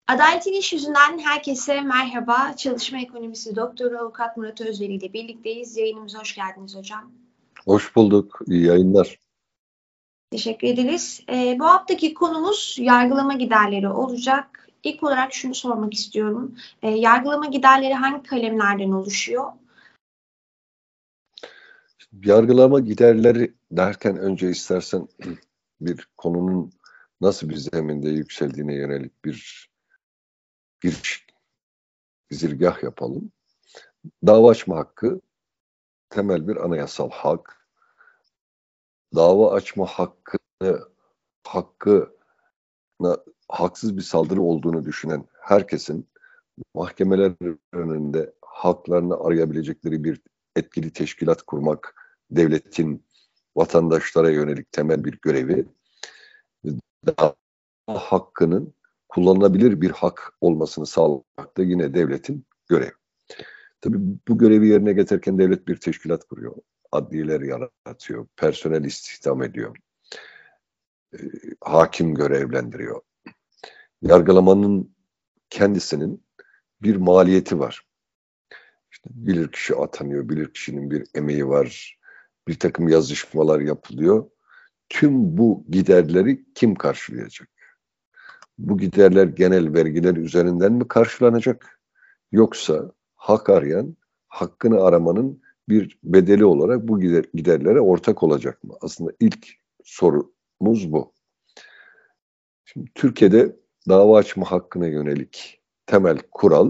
Adaletin İş Yüzünden herkese merhaba. Çalışma Ekonomisi Doktoru Avukat Murat Özveri ile birlikteyiz. Yayınımıza hoş geldiniz hocam. Hoş bulduk. İyi yayınlar. Teşekkür ederiz. Bu haftaki konumuz yargılama giderleri olacak. İlk olarak şunu sormak istiyorum. Yargılama giderleri hangi kalemlerden oluşuyor? Yargılama giderleri derken önce istersen bir konunun nasıl bir zeminde yükseldiğine yönelik bir giriş, gizirgah yapalım. Dava açma hakkı temel bir anayasal hak. Dava açma hakkına haksız bir saldırı olduğunu düşünen herkesin mahkemeler önünde haklarını arayabilecekleri bir etkili teşkilat kurmak devletin vatandaşlara yönelik temel bir görevi. Dava hakkının kullanılabilir bir hak olmasını sağlamak da yine devletin görevi. Tabii bu görevi yerine getirirken devlet bir teşkilat kuruyor. Adliyeler yaratıyor, personel istihdam ediyor, hakim görevlendiriyor. Yargılamanın kendisinin bir maliyeti var. İşte bilirkişi atanıyor, bilirkişinin bir emeği var, bir takım yazışmalar yapılıyor. Tüm bu giderleri kim karşılayacak? Bu giderler genel vergiler üzerinden mi karşılanacak? Yoksa hak arayan, hakkını aramanın bir bedeli olarak bu giderlere ortak olacak mı? Aslında ilk sorumuz bu. Şimdi Türkiye'de dava açma hakkına yönelik temel kural,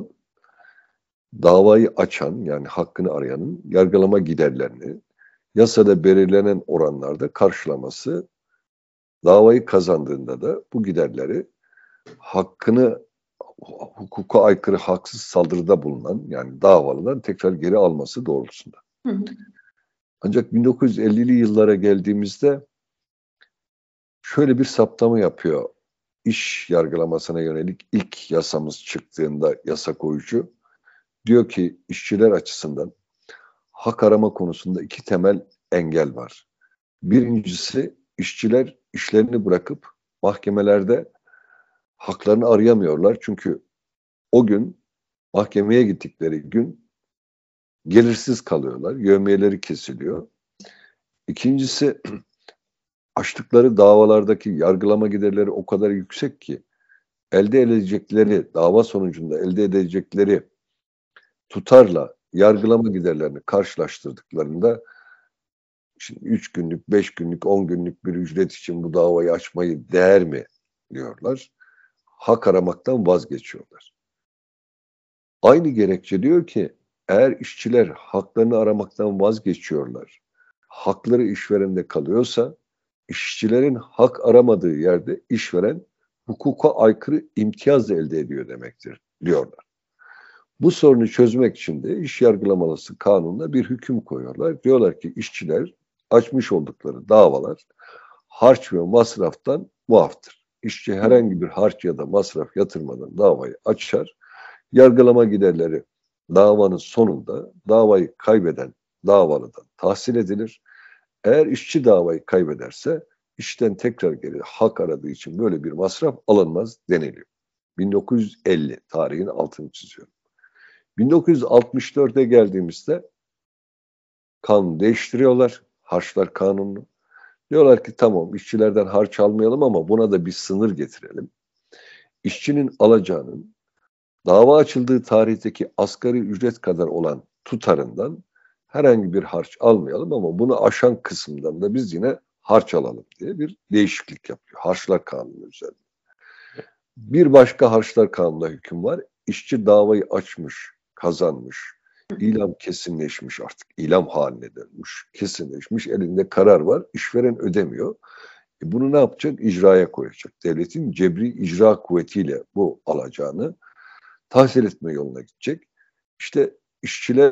davayı açan yani hakkını arayanın yargılama giderlerini yasada belirlenen oranlarda karşılaması, davayı kazandığında da bu giderleri hakkını hukuka aykırı haksız saldırıda bulunan yani davalıdan tekrar geri alması doğrultusunda. Ancak 1950'li yıllara geldiğimizde şöyle bir saptama yapıyor. İş yargılamasına yönelik ilk yasamız çıktığında yasa koyucu diyor ki işçiler açısından hak arama konusunda iki temel engel var. Birincisi işçiler işlerini bırakıp mahkemelerde haklarını arayamıyorlar. Çünkü o gün mahkemeye gittikleri gün gelirsiz kalıyorlar. Yevmiyeleri kesiliyor. İkincisi açtıkları davalardaki yargılama giderleri o kadar yüksek ki elde edecekleri dava sonucunda elde edecekleri tutarla yargılama giderlerini karşılaştırdıklarında şimdi 3 günlük, 5 günlük, 10 günlük bir ücret için bu davayı açmayı değer mi diyorlar. Hak aramaktan vazgeçiyorlar. Aynı gerekçe diyor ki eğer işçiler haklarını aramaktan vazgeçiyorlar, hakları işverende kalıyorsa işçilerin hak aramadığı yerde işveren hukuka aykırı imtiyaz elde ediyor demektir diyorlar. Bu sorunu çözmek için de iş yargılamalısı kanununa bir hüküm koyuyorlar. Diyorlar ki işçiler açmış oldukları davalar harç ve masraftan muaftır. İşçi herhangi bir harç ya da masraf yatırmadan davayı açar. Yargılama giderleri davanın sonunda davayı kaybeden davalıdan tahsil edilir. Eğer işçi davayı kaybederse işten tekrar geri hak aradığı için böyle bir masraf alınmaz deniliyor. 1950 tarihin altını çiziyorum. 1964'e geldiğimizde kanunu değiştiriyorlar. Harçlar kanununu. Diyorlar ki tamam işçilerden harç almayalım ama buna da bir sınır getirelim. İşçinin alacağının dava açıldığı tarihteki asgari ücret kadar olan tutarından herhangi bir harç almayalım ama bunu aşan kısımdan da biz yine harç alalım diye bir değişiklik yapıyor. Harçlar kanunu üzerinde. Bir başka harçlar kanununda hüküm var. İşçi davayı açmış, kazanmış, ilam kesinleşmiş artık, ilam haline dönmüş, kesinleşmiş, elinde karar var, işveren ödemiyor. Bunu ne yapacak? İcraya koyacak. Devletin cebri icra kuvvetiyle bu alacağını tahsil etme yoluna gidecek. İşte işçiler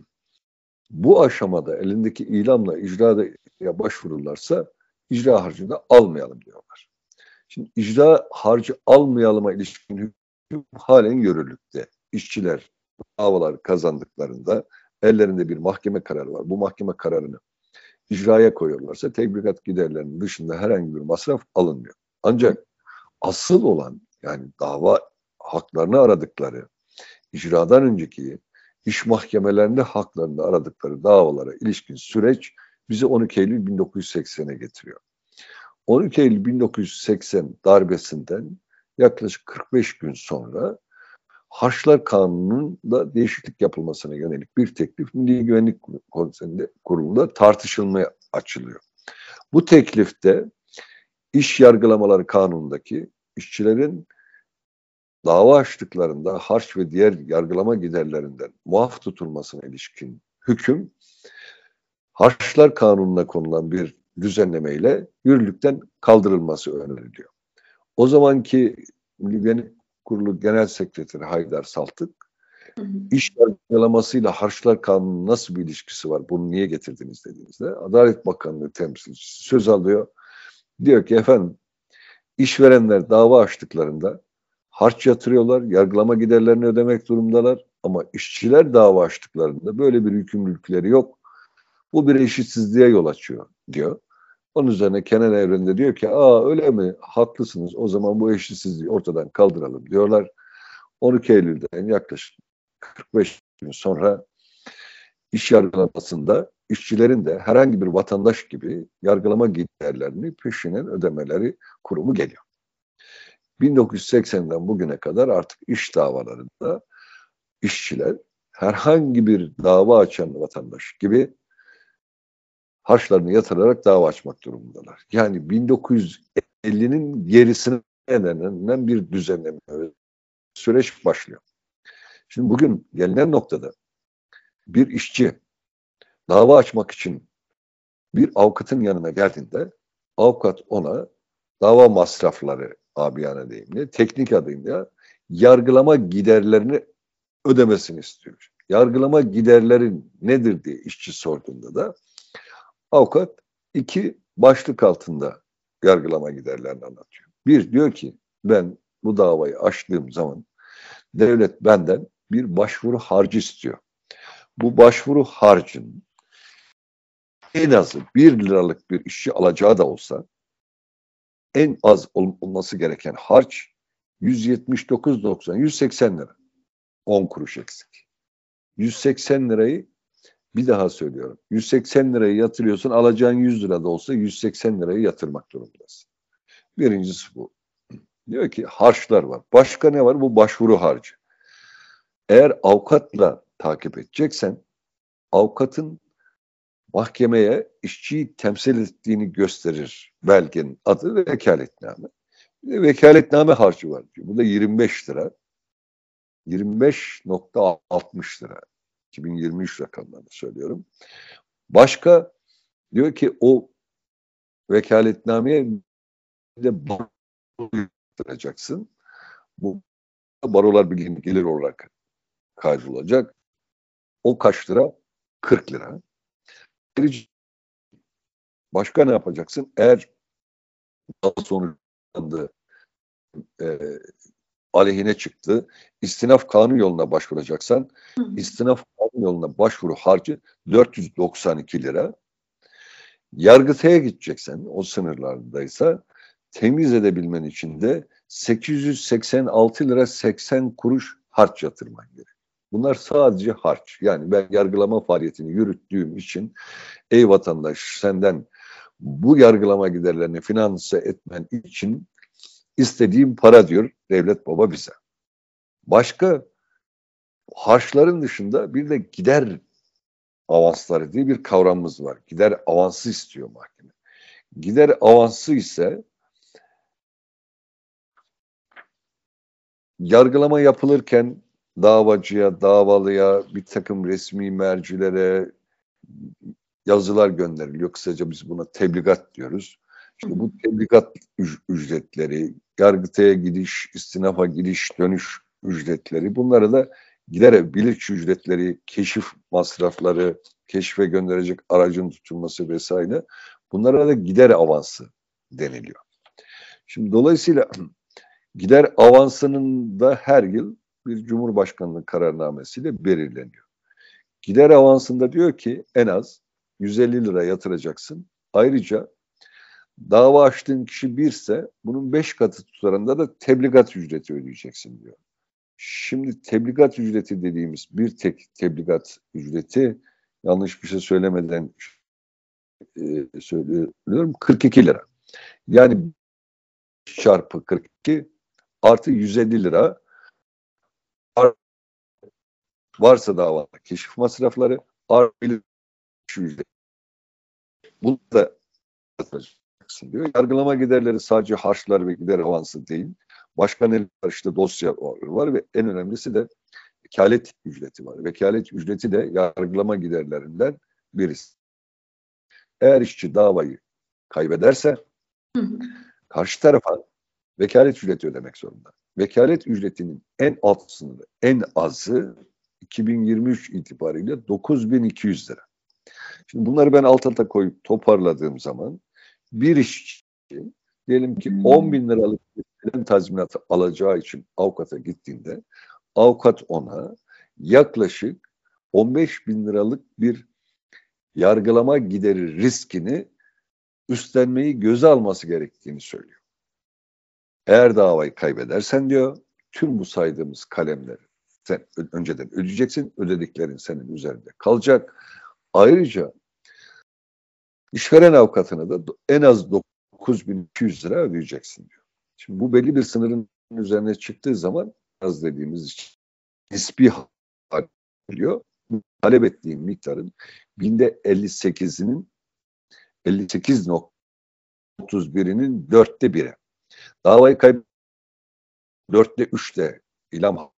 bu aşamada elindeki ilamla icraya başvururlarsa icra harcını da almayalım diyorlar. Şimdi icra harcı almayalıma ilişkin hüküm halen yürürlükte. İşçiler davalar kazandıklarında ellerinde bir mahkeme kararı var. Bu mahkeme kararını icraya koyuyorlarsa tebligat giderlerinin dışında herhangi bir masraf alınmıyor. Ancak asıl olan yani dava haklarını aradıkları, icradan önceki iş mahkemelerinde haklarını aradıkları davalara ilişkin süreç bizi 12 Eylül 1980'e getiriyor. 12 Eylül 1980 darbesinden yaklaşık 45 gün sonra Harçlar Kanunu'nda değişiklik yapılmasına yönelik bir teklif Milli Güvenlik Kurulu'nda tartışılmaya açılıyor. Bu teklifte İş Yargılamaları Kanunu'ndaki işçilerin dava açtıklarında harç ve diğer yargılama giderlerinden muaf tutulmasına ilişkin hüküm Harçlar Kanunu'na konulan bir düzenlemeyle yürürlükten kaldırılması öneriliyor. O zamanki Milli Güvenlik Kurulu Genel Sekreteri Haydar Saltık, iş yargılamasıyla Harçlar Kanunu'nun nasıl bir ilişkisi var, bunu niye getirdiniz dediğinizde Adalet Bakanlığı temsilcisi söz alıyor. Diyor ki efendim, işverenler dava açtıklarında harç yatırıyorlar, yargılama giderlerini ödemek durumundalar ama işçiler dava açtıklarında böyle bir yükümlülükleri yok. Bu bir eşitsizliğe yol açıyor diyor. Onun üzerine Kenan Evren de diyor ki öyle mi, haklısınız, o zaman bu eşitsizliği ortadan kaldıralım diyorlar. 12 Eylül'den yaklaşık 45 gün sonra iş yargılamasında işçilerin de herhangi bir vatandaş gibi yargılama giderlerini peşinen ödemeleri kurumu geliyor. 1980'den bugüne kadar artık iş davalarında işçiler herhangi bir dava açan vatandaş gibi harçlarını yatırarak dava açmak durumundalar. Yani 1950'nin gerisine denen bir düzenleme süreç başlıyor. Şimdi bugün gelinen noktada bir işçi dava açmak için bir avukatın yanına geldiğinde avukat ona dava masrafları abiyane deyimle, teknik adıyla yargılama giderlerini ödemesini istiyor. Yargılama giderlerin nedir diye işçi sorduğunda da avukat iki başlık altında yargılama giderlerini anlatıyor. Bir, diyor ki ben bu davayı açtığım zaman devlet benden bir başvuru harcı istiyor. Bu başvuru harcının en azı 1 liralık bir işçi alacağı da olsa en az olması gereken harç 179,90, 180 lira. 10 kuruş eksik. 180 lirayı bir daha söylüyorum. 180 lirayı yatırıyorsun, alacağın 100 lira da olsa 180 lirayı yatırmak durumundasın. Birincisi bu. Diyor ki harçlar var. Başka ne var? Bu başvuru harcı. Eğer avukatla takip edeceksen avukatın mahkemeye işçiyi temsil ettiğini gösterir belgenin adı vekaletname. Bir de vekaletname harcı var diyor. Bu da 25 lira. 25,60 lira. 2023 rakamlarını söylüyorum. Başka diyor ki o vekaletnameye de baro yaptıracaksın. Bu barolar birliğinin gelir olarak kaydolacak. O kaç lira? 40 lira. Başka ne yapacaksın? Eğer daha sonuçlandı, aleyhine çıktı, istinaf kanun yoluna başvuracaksan, istinaf kanun yoluna başvuru harcı 492 lira. Yargıtay'a gideceksen, o sınırlardaysa, temiz edebilmen için de 886 lira 80 kuruş harç yatırman gerek. Bunlar sadece harç. Yani ben yargılama faaliyetini yürüttüğüm için ey vatandaş senden bu yargılama giderlerini finanse etmen için istediğim para diyor devlet baba bize. Başka harçların dışında bir de gider avansları diye bir kavramımız var. Gider avansı istiyor mahkeme. Gider avansı ise yargılama yapılırken davacıya, davalıya, bir takım resmi mercilere yazılar gönderiliyor. Kısaca biz buna tebligat diyoruz. İşte bu tebligat ücretleri, yargıtaya gidiş, istinafa gidiş, dönüş ücretleri, bunlara da gider bilirkişi ücretleri, keşif masrafları, keşfe gönderecek aracın tutulması vesaire, bunlara da gider avansı deniliyor. Şimdi dolayısıyla gider avansının da her yıl bir Cumhurbaşkanlığı kararnamesiyle belirleniyor. Gider avansında diyor ki en az 150 lira yatıracaksın. Ayrıca dava açtığın kişi birse bunun 5 katı tutarında da tebligat ücreti ödeyeceksin diyor. Şimdi tebligat ücreti dediğimiz bir tek tebligat ücreti, yanlış bir şey söylemeden söylüyorum, 42 lira. Yani çarpı 42 artı 150 lira varsa davada keşif masrafları artı ücret. Bunu da yatıracaksın diyor. Yargılama giderleri sadece harçlar ve gider avansı değil. Başka neler var? İşte dosya var ve en önemlisi de vekalet ücreti var. Vekalet ücreti de yargılama giderlerinden birisi. Eğer işçi davayı kaybederse karşı tarafa vekalet ücreti ödemek zorunda. Vekalet ücretinin en alt sınırı, en azı 2023 itibariyle 9.200 lira. Şimdi bunları ben alt alta koyup toparladığım zaman bir işçi diyelim ki 10.000 liralık bir tazminatı alacağı için avukata gittiğinde avukat ona yaklaşık 15.000 liralık bir yargılama gideri riskini üstlenmeyi göze alması gerektiğini söylüyor. Eğer davayı kaybedersen diyor, tüm bu saydığımız kalemleri sen önceden ödeyeceksin, ödediklerin senin üzerinde kalacak. Ayrıca işveren avukatına da en az 9.200 lira ödeyeceksin diyor. Şimdi bu belli bir sınırın üzerine çıktığı zaman az dediğimiz için nispi hale geliyor. Talep ettiğin miktarın binde 58'inin 58.31'inin 1/4'e. Davayı 4'te 3'te ilam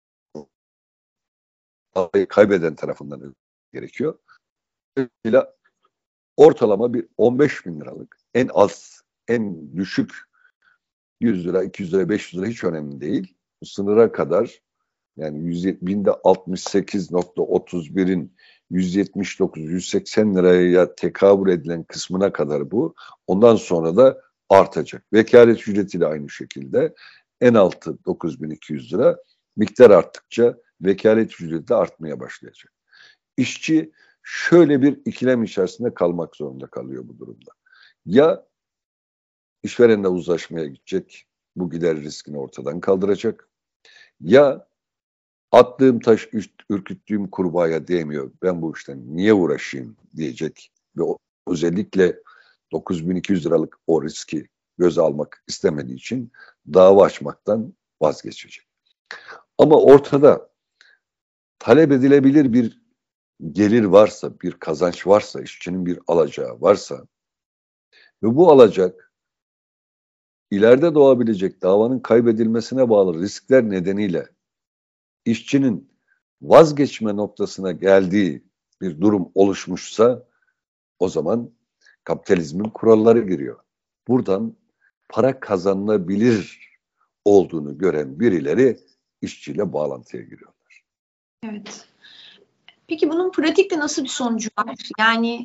davayı kaybeden tarafından gerekiyor. Dolayısıyla ortalama bir 15.000 liralık en az, en düşük 100 lira, 200 lira, 500 lira hiç önemli değil. Bu sınıra kadar yani binde 68.31'in 179, 180 liraya tekabül edilen kısmına kadar bu. Ondan sonra da artacak. Vekalet ücreti de aynı şekilde en altı 9.200 lira. Miktar arttıkça vekalet ücreti de artmaya başlayacak. İşçi şöyle bir ikilem içerisinde kalmak zorunda kalıyor bu durumda. Ya işverenle uzlaşmaya gidecek, bu gider riskini ortadan kaldıracak. Ya attığım taş ürküttüğüm kurbağaya değmiyor, ben bu işten niye uğraşayım diyecek ve özellikle 9.200 liralık o riski göze almak istemediği için dava açmaktan vazgeçecek. Ama ortada talep edilebilir bir gelir varsa, bir kazanç varsa, işçinin bir alacağı varsa ve bu alacak ileride doğabilecek davanın kaybedilmesine bağlı riskler nedeniyle işçinin vazgeçme noktasına geldiği bir durum oluşmuşsa o zaman kapitalizmin kuralları giriyor. Buradan para kazanılabilir olduğunu gören birileri işçiyle bağlantıya giriyorlar. Evet. Peki bunun pratikte nasıl bir sonucu var? Yani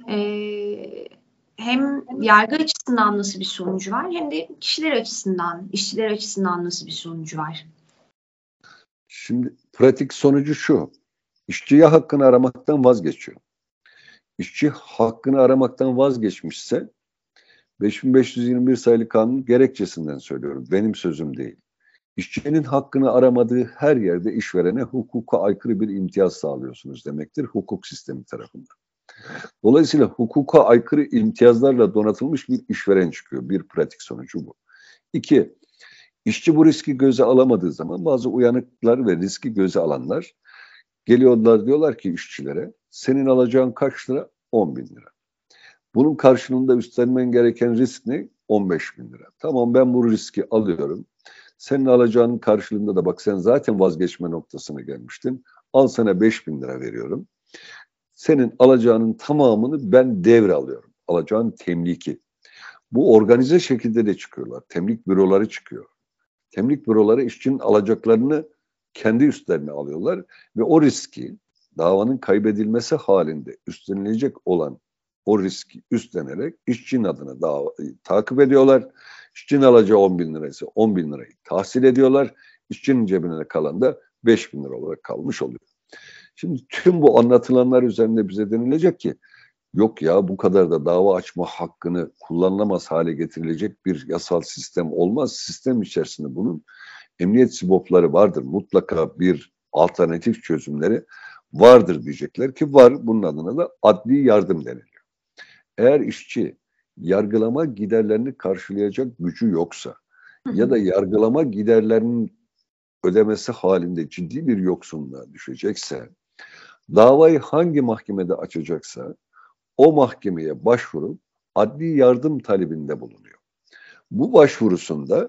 hem yargı açısından nasıl bir sonucu var hem de kişiler açısından, işçiler açısından nasıl bir sonucu var? Şimdi pratik sonucu şu. İşçi ya hakkını aramaktan vazgeçiyor. İşçi hakkını aramaktan vazgeçmişse 5521 sayılı kanun gerekçesinden söylüyorum. Benim sözüm değil. İşçinin hakkını aramadığı her yerde işverene hukuka aykırı bir imtiyaz sağlıyorsunuz demektir hukuk sistemi tarafından. Dolayısıyla hukuka aykırı imtiyazlarla donatılmış bir işveren çıkıyor. Bir pratik sonucu bu. 2. İşçi bu riski göze alamadığı zaman bazı uyanıklar ve riski göze alanlar geliyorlar, diyorlar ki işçilere senin alacağın kaç lira? 10.000 lira. Bunun karşılığında üstlenmen gereken risk ne? 15.000 lira. Tamam, ben bu riski alıyorum. Senin alacağının karşılığında da bak sen zaten vazgeçme noktasına gelmiştin. Al sana 5.000 lira veriyorum. Senin alacağının tamamını ben devralıyorum. Alacağın temliki. Bu organize şekilde de çıkıyorlar. Temlik büroları çıkıyor. Temlik büroları işçinin alacaklarını kendi üstlerine alıyorlar ve o riski davanın kaybedilmesi halinde üstlenilecek olan o riski üstlenerek işçinin adına davayı takip ediyorlar. İşçinin alacağı 10.000 liraysa 10.000 lirayı tahsil ediyorlar. İşçinin cebine kalan da 5.000 lira olarak kalmış oluyor. Şimdi tüm bu anlatılanlar üzerinde bize denilecek ki yok ya, bu kadar da dava açma hakkını kullanılamaz hale getirilecek bir yasal sistem olmaz. Sistem içerisinde bunun emniyet sibopları vardır. Mutlaka bir alternatif çözümleri vardır diyecekler ki var. Bunun adına da adli yardım deniliyor. Eğer işçi yargılama giderlerini karşılayacak gücü yoksa ya da yargılama giderlerinin ödemesi halinde ciddi bir yoksunluğa düşecekse, davayı hangi mahkemede açacaksa o mahkemeye başvurup adli yardım talebinde bulunuyor. Bu başvurusunda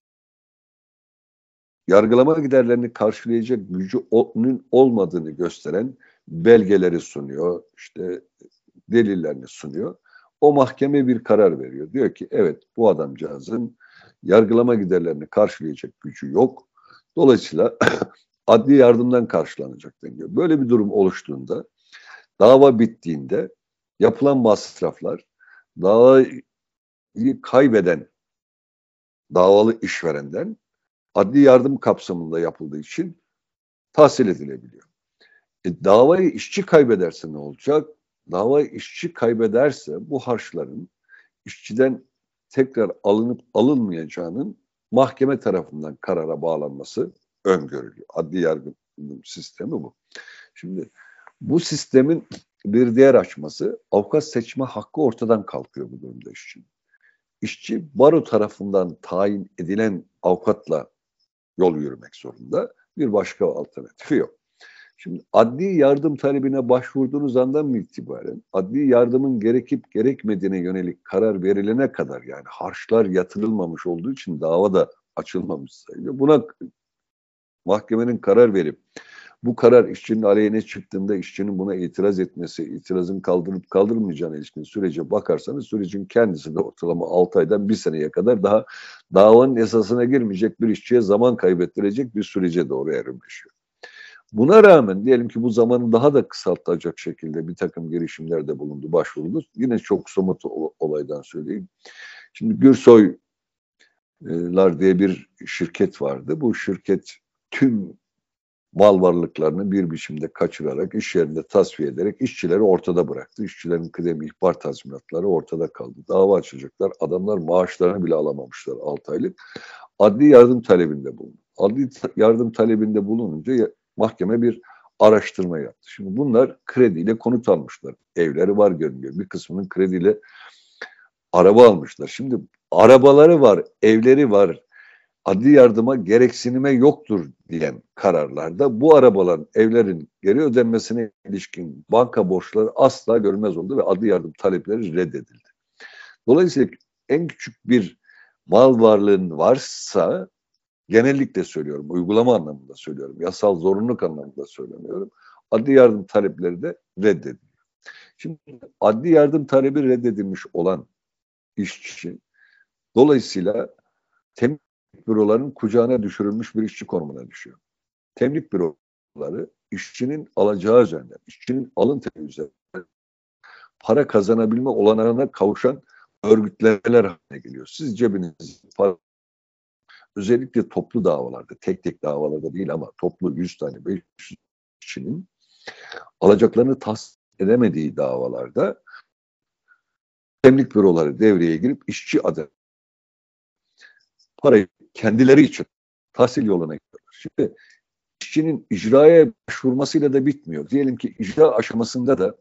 yargılama giderlerini karşılayacak gücünün olmadığını gösteren belgeleri sunuyor, işte delillerini sunuyor. O mahkeme bir karar veriyor. Diyor ki evet, bu adamcağızın yargılama giderlerini karşılayacak gücü yok. Dolayısıyla adli yardımdan karşılanacak deniyor. Böyle bir durum oluştuğunda, dava bittiğinde yapılan masraflar davayı kaybeden davalı işverenden adli yardım kapsamında yapıldığı için tahsil edilebiliyor. Davayı işçi kaybederse ne olacak? Davayı işçi kaybederse bu harçların işçiden tekrar alınıp alınmayacağının mahkeme tarafından karara bağlanması öngörülüyor. Adli yargı sistemi bu. Şimdi bu sistemin bir diğer açması, avukat seçme hakkı ortadan kalkıyor bu durumda işçinin. İşçi baro tarafından tayin edilen avukatla yol yürümek zorunda. Bir başka alternatifi yok. Şimdi adli yardım talebine başvurduğunuz andan itibaren adli yardımın gerekip gerekmediğine yönelik karar verilene kadar, yani harçlar yatırılmamış olduğu için dava da açılmamış sayılıyor. Buna mahkemenin karar verip bu karar işçinin aleyhine çıktığında işçinin buna itiraz etmesi, itirazın kaldırıp kaldırılmayacağına ilişkin sürece bakarsanız sürecin kendisi de ortalama 6 aydan 1 seneye kadar daha davanın esasına girmeyecek bir işçiye zaman kaybettirecek bir sürece doğru evrimleşiyor. Buna rağmen diyelim ki bu zamanı daha da kısaltacak şekilde bir takım girişimlerde bulundu, başvuruldu. Yine çok somut olaydan söyleyeyim. Şimdi Gürsoylar diye bir şirket vardı. Bu şirket tüm mal varlıklarını bir biçimde kaçırarak, iş yerinde tasfiye ederek işçileri ortada bıraktı. İşçilerin kıdemi ihbar tazminatları ortada kaldı. Dava açacaklar. Adamlar maaşlarını bile alamamışlar 6 aylık. Adli yardım talebinde bulundu. Adli yardım talebinde bulununca mahkeme bir araştırma yaptı. Şimdi bunlar krediyle konut almışlar. Evleri var görünüyor. Bir kısmının krediyle araba almışlar. Şimdi arabaları var, evleri var, adli yardıma gereksinime yoktur diyen kararlarda bu arabaların, evlerin geri ödenmesine ilişkin banka borçları asla görülmez oldu ve adli yardım talepleri reddedildi. Dolayısıyla en küçük bir mal varlığın varsa, genellikle söylüyorum, uygulama anlamında söylüyorum, yasal zorunluluk anlamında söylemiyorum, adli yardım talepleri de reddediliyor. Şimdi adli yardım talebi reddedilmiş olan işçi dolayısıyla temlik büroların kucağına düşürülmüş bir işçi konumuna düşüyor. Temlik büroları işçinin alacağı üzerinden, işçinin alın teri üzerinden para kazanabilme olanağına kavuşan örgütlemeler haline geliyor. Siz cebinizi para, özellikle toplu davalarda, tek tek davalarda değil ama toplu 100 tane 500 kişinin alacaklarını tahsil edemediği davalarda temlik büroları devreye girip işçi adına parayı kendileri için tahsil yoluna gidiyorlar. Şimdi işçinin icraya başvurmasıyla da bitmiyor. Diyelim ki icra aşamasında da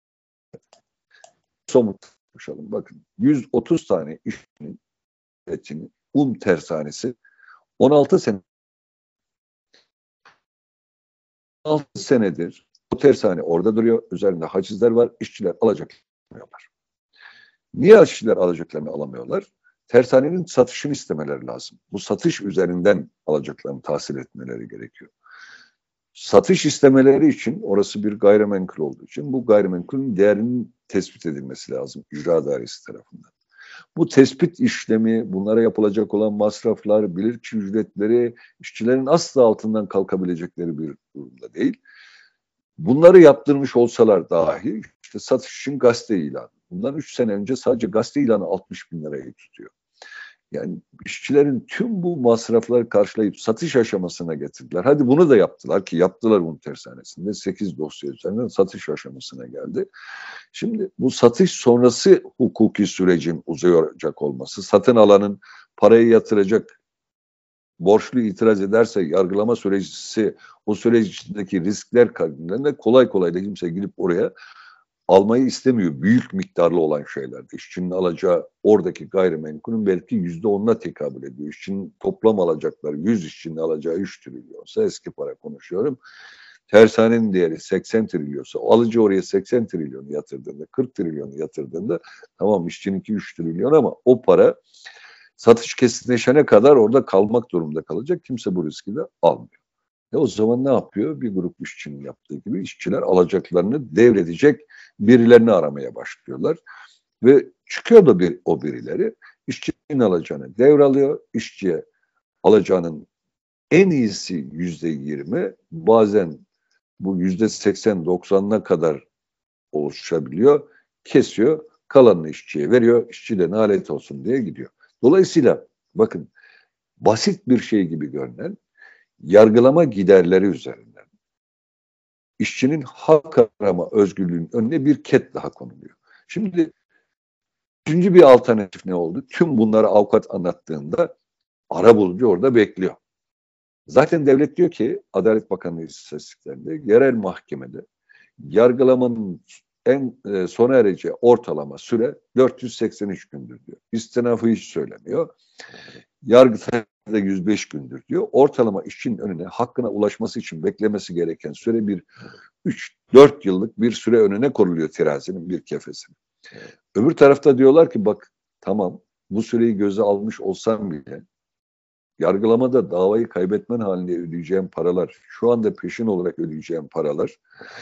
somut konuşalım. Bakın 130 tane işçinin tersanesi 16 senedir o tersane orada duruyor. Üzerinde hacizler var. İşçiler alacaklar. Niye işçiler alacaklarını alamıyorlar? Tersanenin satışını istemeleri lazım. Bu satış üzerinden alacaklarını tahsil etmeleri gerekiyor. Satış istemeleri için, orası bir gayrimenkul olduğu için bu gayrimenkulün değerinin tespit edilmesi lazım icra dairesi tarafından. Bu tespit işlemi, bunlara yapılacak olan masraflar, bilirkişi ücretleri, işçilerin asla altından kalkabilecekleri bir durumda değil. Bunları yaptırmış olsalar dahi işte satış için gazete ilanı. Bundan 3 sene önce sadece gazete ilanı 60 bin lirayı tutuyor. Yani işçilerin tüm bu masrafları karşılayıp satış aşamasına getirdiler. Hadi bunu da yaptılar ki yaptılar bunun tersanesinde. 8 dosya üzerinden satış aşamasına geldi. Şimdi bu satış sonrası hukuki sürecin uzayacak olması, satın alanın parayı yatıracak borçlu itiraz ederse yargılama süreci o süreç içindeki riskler karşısında kolay kolay da kimse gidip oraya almayı istemiyor. Büyük miktarlı olan şeylerde. İşçinin alacağı oradaki gayrimenkulün belki %10'una tekabül ediyor. İşçinin toplam alacakları 100 işçinin alacağı 3 trilyonsa eski para konuşuyorum. Tersanenin değeri 80 trilyonsa alıcı oraya 80 trilyonu yatırdığında 40 trilyonu yatırdığında tamam işçininki 3 trilyon ama o para satış kesinleşene kadar orada kalmak durumunda kalacak. Kimse bu riski de almıyor. O zaman ne yapıyor? Bir grup işçinin yaptığı gibi işçiler alacaklarını devredecek birilerini aramaya başlıyorlar. Ve çıkıyor da o birileri işçinin alacağını devralıyor. İşçiye alacağının en iyisi %20, bazen bu %80-90'ına kadar oluşabiliyor. Kesiyor, kalanını işçiye veriyor. İşçi de nalet olsun diye gidiyor. Dolayısıyla bakın basit bir şey gibi görünen yargılama giderleri üzerinden işçinin hak arama özgürlüğünün önüne bir ket daha konuluyor. Şimdi üçüncü bir alternatif ne oldu? Tüm bunları avukat anlattığında arabulucu orada bekliyor. Zaten devlet diyor ki Adalet Bakanlığı istatistiklerinde yerel mahkemede yargılamanın en sona ereceği ortalama süre 483 gündür diyor. İstinafı hiç söylemiyor. Yargıtay'da 105 gündür diyor. Ortalama işçinin önüne hakkına ulaşması için beklemesi gereken süre bir 3-4 yıllık bir süre önüne konuluyor terazinin bir kefesine. Öbür tarafta diyorlar ki bak tamam bu süreyi göze almış olsam bile yargılamada davayı kaybetmen halinde ödeyeceğim paralar, şu anda peşin olarak ödeyeceğim paralar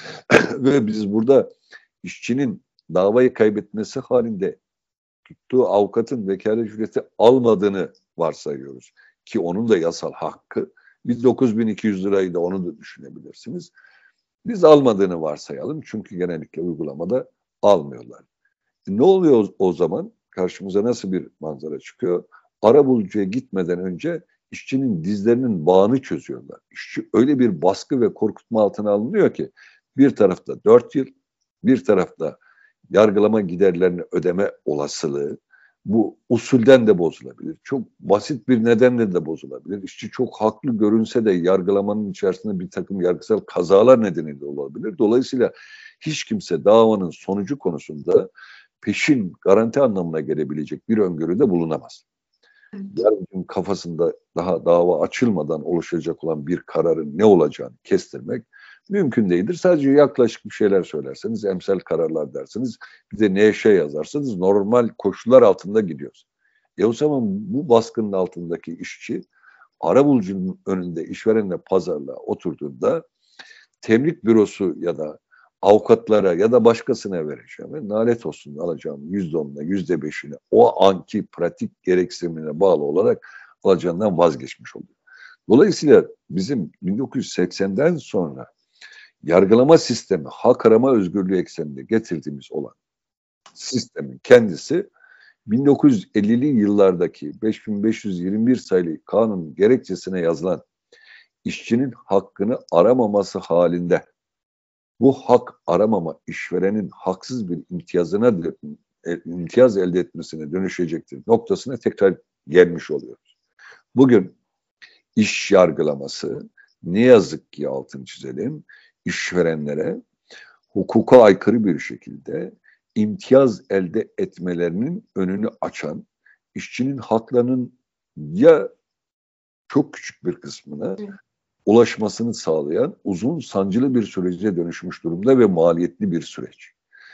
ve biz burada işçinin davayı kaybetmesi halinde tuttuğu avukatın vekalet ücreti almadığını varsayıyoruz. Ki onun da yasal hakkı. Biz 9.200 lirayı da onu da düşünebilirsiniz. Biz almadığını varsayalım. Çünkü genellikle uygulamada almıyorlar. Ne oluyor o zaman? Karşımıza nasıl bir manzara çıkıyor? Arabulucuya gitmeden önce işçinin dizlerinin bağını çözüyorlar. İşçi öyle bir baskı ve korkutma altına alınıyor ki bir tarafta 4 yıl, bir tarafta yargılama giderlerini ödeme olasılığı bu usulden de bozulabilir. Çok basit bir nedenle de bozulabilir. İşçi çok haklı görünse de yargılamanın içerisinde bir takım yargısal kazalar nedeniyle olabilir. Dolayısıyla hiç kimse davanın sonucu konusunda peşin garanti anlamına gelebilecek bir öngörüde bulunamaz. Yargıcın kafasında daha dava açılmadan oluşacak olan bir kararın ne olacağını kestirmek mümkün değildir. Sadece yaklaşık bir şeyler söylerseniz, emsal kararlar dersiniz, bir de neşe yazarsınız, normal koşullar altında gidiyoruz. O zaman bu baskının altındaki işçi, arabulucunun önünde işverenle pazarlığa oturduğunda temlik bürosu ya da avukatlara ya da başkasına vereceğim ve nalet olsun alacağım %10'una %5'ini o anki pratik gereksinimine bağlı olarak alacağından vazgeçmiş oluyor. Dolayısıyla bizim 1980'den sonra yargılama sistemi, hak arama özgürlüğü ekseninde getirdiğimiz olan sistemin kendisi 1950'li yıllardaki 5521 sayılı kanun gerekçesine yazılan işçinin hakkını aramaması halinde bu hak aramama işverenin haksız bir imtiyaz elde etmesine dönüşecektir noktasına tekrar gelmiş oluyoruz. Bugün iş yargılaması ne yazık ki altını çizelim işverenlere hukuka aykırı bir şekilde imtiyaz elde etmelerinin önünü açan, işçinin haklarının ya çok küçük bir kısmına ulaşmasını sağlayan uzun sancılı bir sürece dönüşmüş durumda ve maliyetli bir süreç.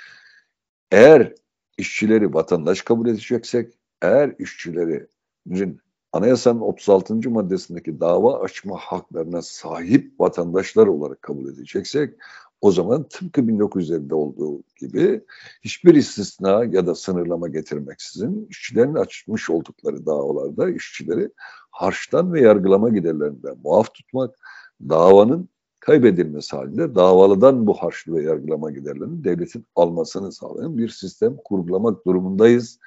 Eğer işçileri vatandaş kabul edeceksek, eğer işçilerin anayasanın 36. maddesindeki dava açma haklarına sahip vatandaşlar olarak kabul edeceksek, o zaman tıpkı 1950'de olduğu gibi hiçbir istisna ya da sınırlama getirmeksizin işçilerin açmış oldukları davalarda işçileri harçtan ve yargılama giderlerinden muaf tutmak, davanın kaybedilmesi halinde davalıdan bu harçlı ve yargılama giderlerini devletin almasını sağlayan bir sistem kurgulamak durumundayız.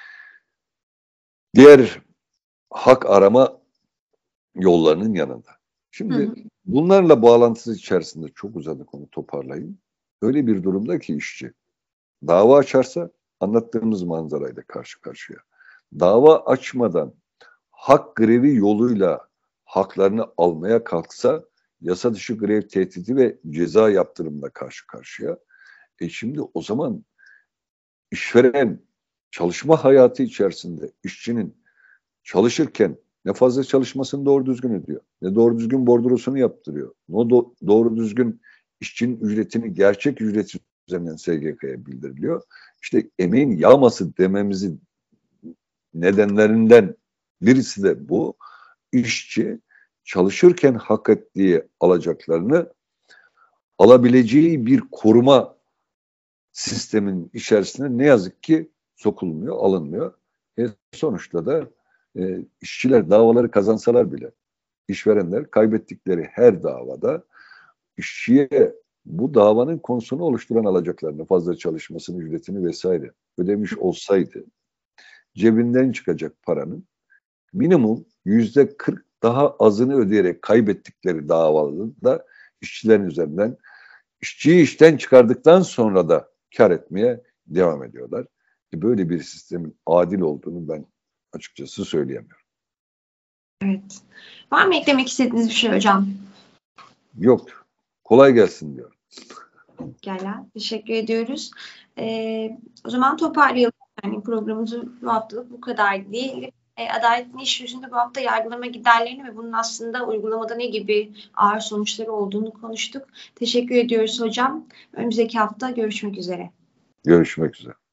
Diğer hak arama yollarının yanında. Şimdi bunlarla bağlantısı içerisinde çok uzadı konu toparlayayım. Öyle bir durumda ki işçi dava açarsa anlattığımız manzarayla karşı karşıya. Dava açmadan hak grevi yoluyla haklarını almaya kalksa yasa dışı grev tehdidi ve ceza yaptırımla karşı karşıya. Şimdi o zaman işveren çalışma hayatı içerisinde işçinin çalışırken ne fazla çalışmasını doğru düzgün ediyor, ne doğru düzgün bordrosunu yaptırıyor, ne doğru düzgün işçinin ücretini gerçek ücret üzerinden SGK'ya bildiriliyor. İşte emeğin yağması dememizin nedenlerinden birisi de bu. İşçi çalışırken hak ettiği alacaklarını alabileceği bir koruma sistemin içerisine ne yazık ki sokulmuyor, alınmıyor. Sonuçta da işçiler davaları kazansalar bile işverenler kaybettikleri her davada işçiye bu davanın konusunu oluşturan alacaklarını, fazla çalışmasının ücretini vesaire ödemiş olsaydı cebinden çıkacak paranın minimum %40 daha azını ödeyerek kaybettikleri davalarda işçilerin üzerinden işçiyi işten çıkardıktan sonra da kar etmeye devam ediyorlar. Böyle bir sistemin adil olduğunu ben açıkçası söyleyemiyorum. Evet. Var mı eklemek istediğiniz bir şey hocam? Yok. Kolay gelsin diyorum. Pekala. Teşekkür ediyoruz. O zaman toparlayalım. Yani programımızın bu haftalık bu kadar değil. Adaletin iş yüzünde bu hafta yargılama giderlerini ve bunun aslında uygulamada ne gibi ağır sonuçları olduğunu konuştuk. Teşekkür ediyoruz hocam. Önümüzdeki hafta görüşmek üzere. Görüşmek üzere.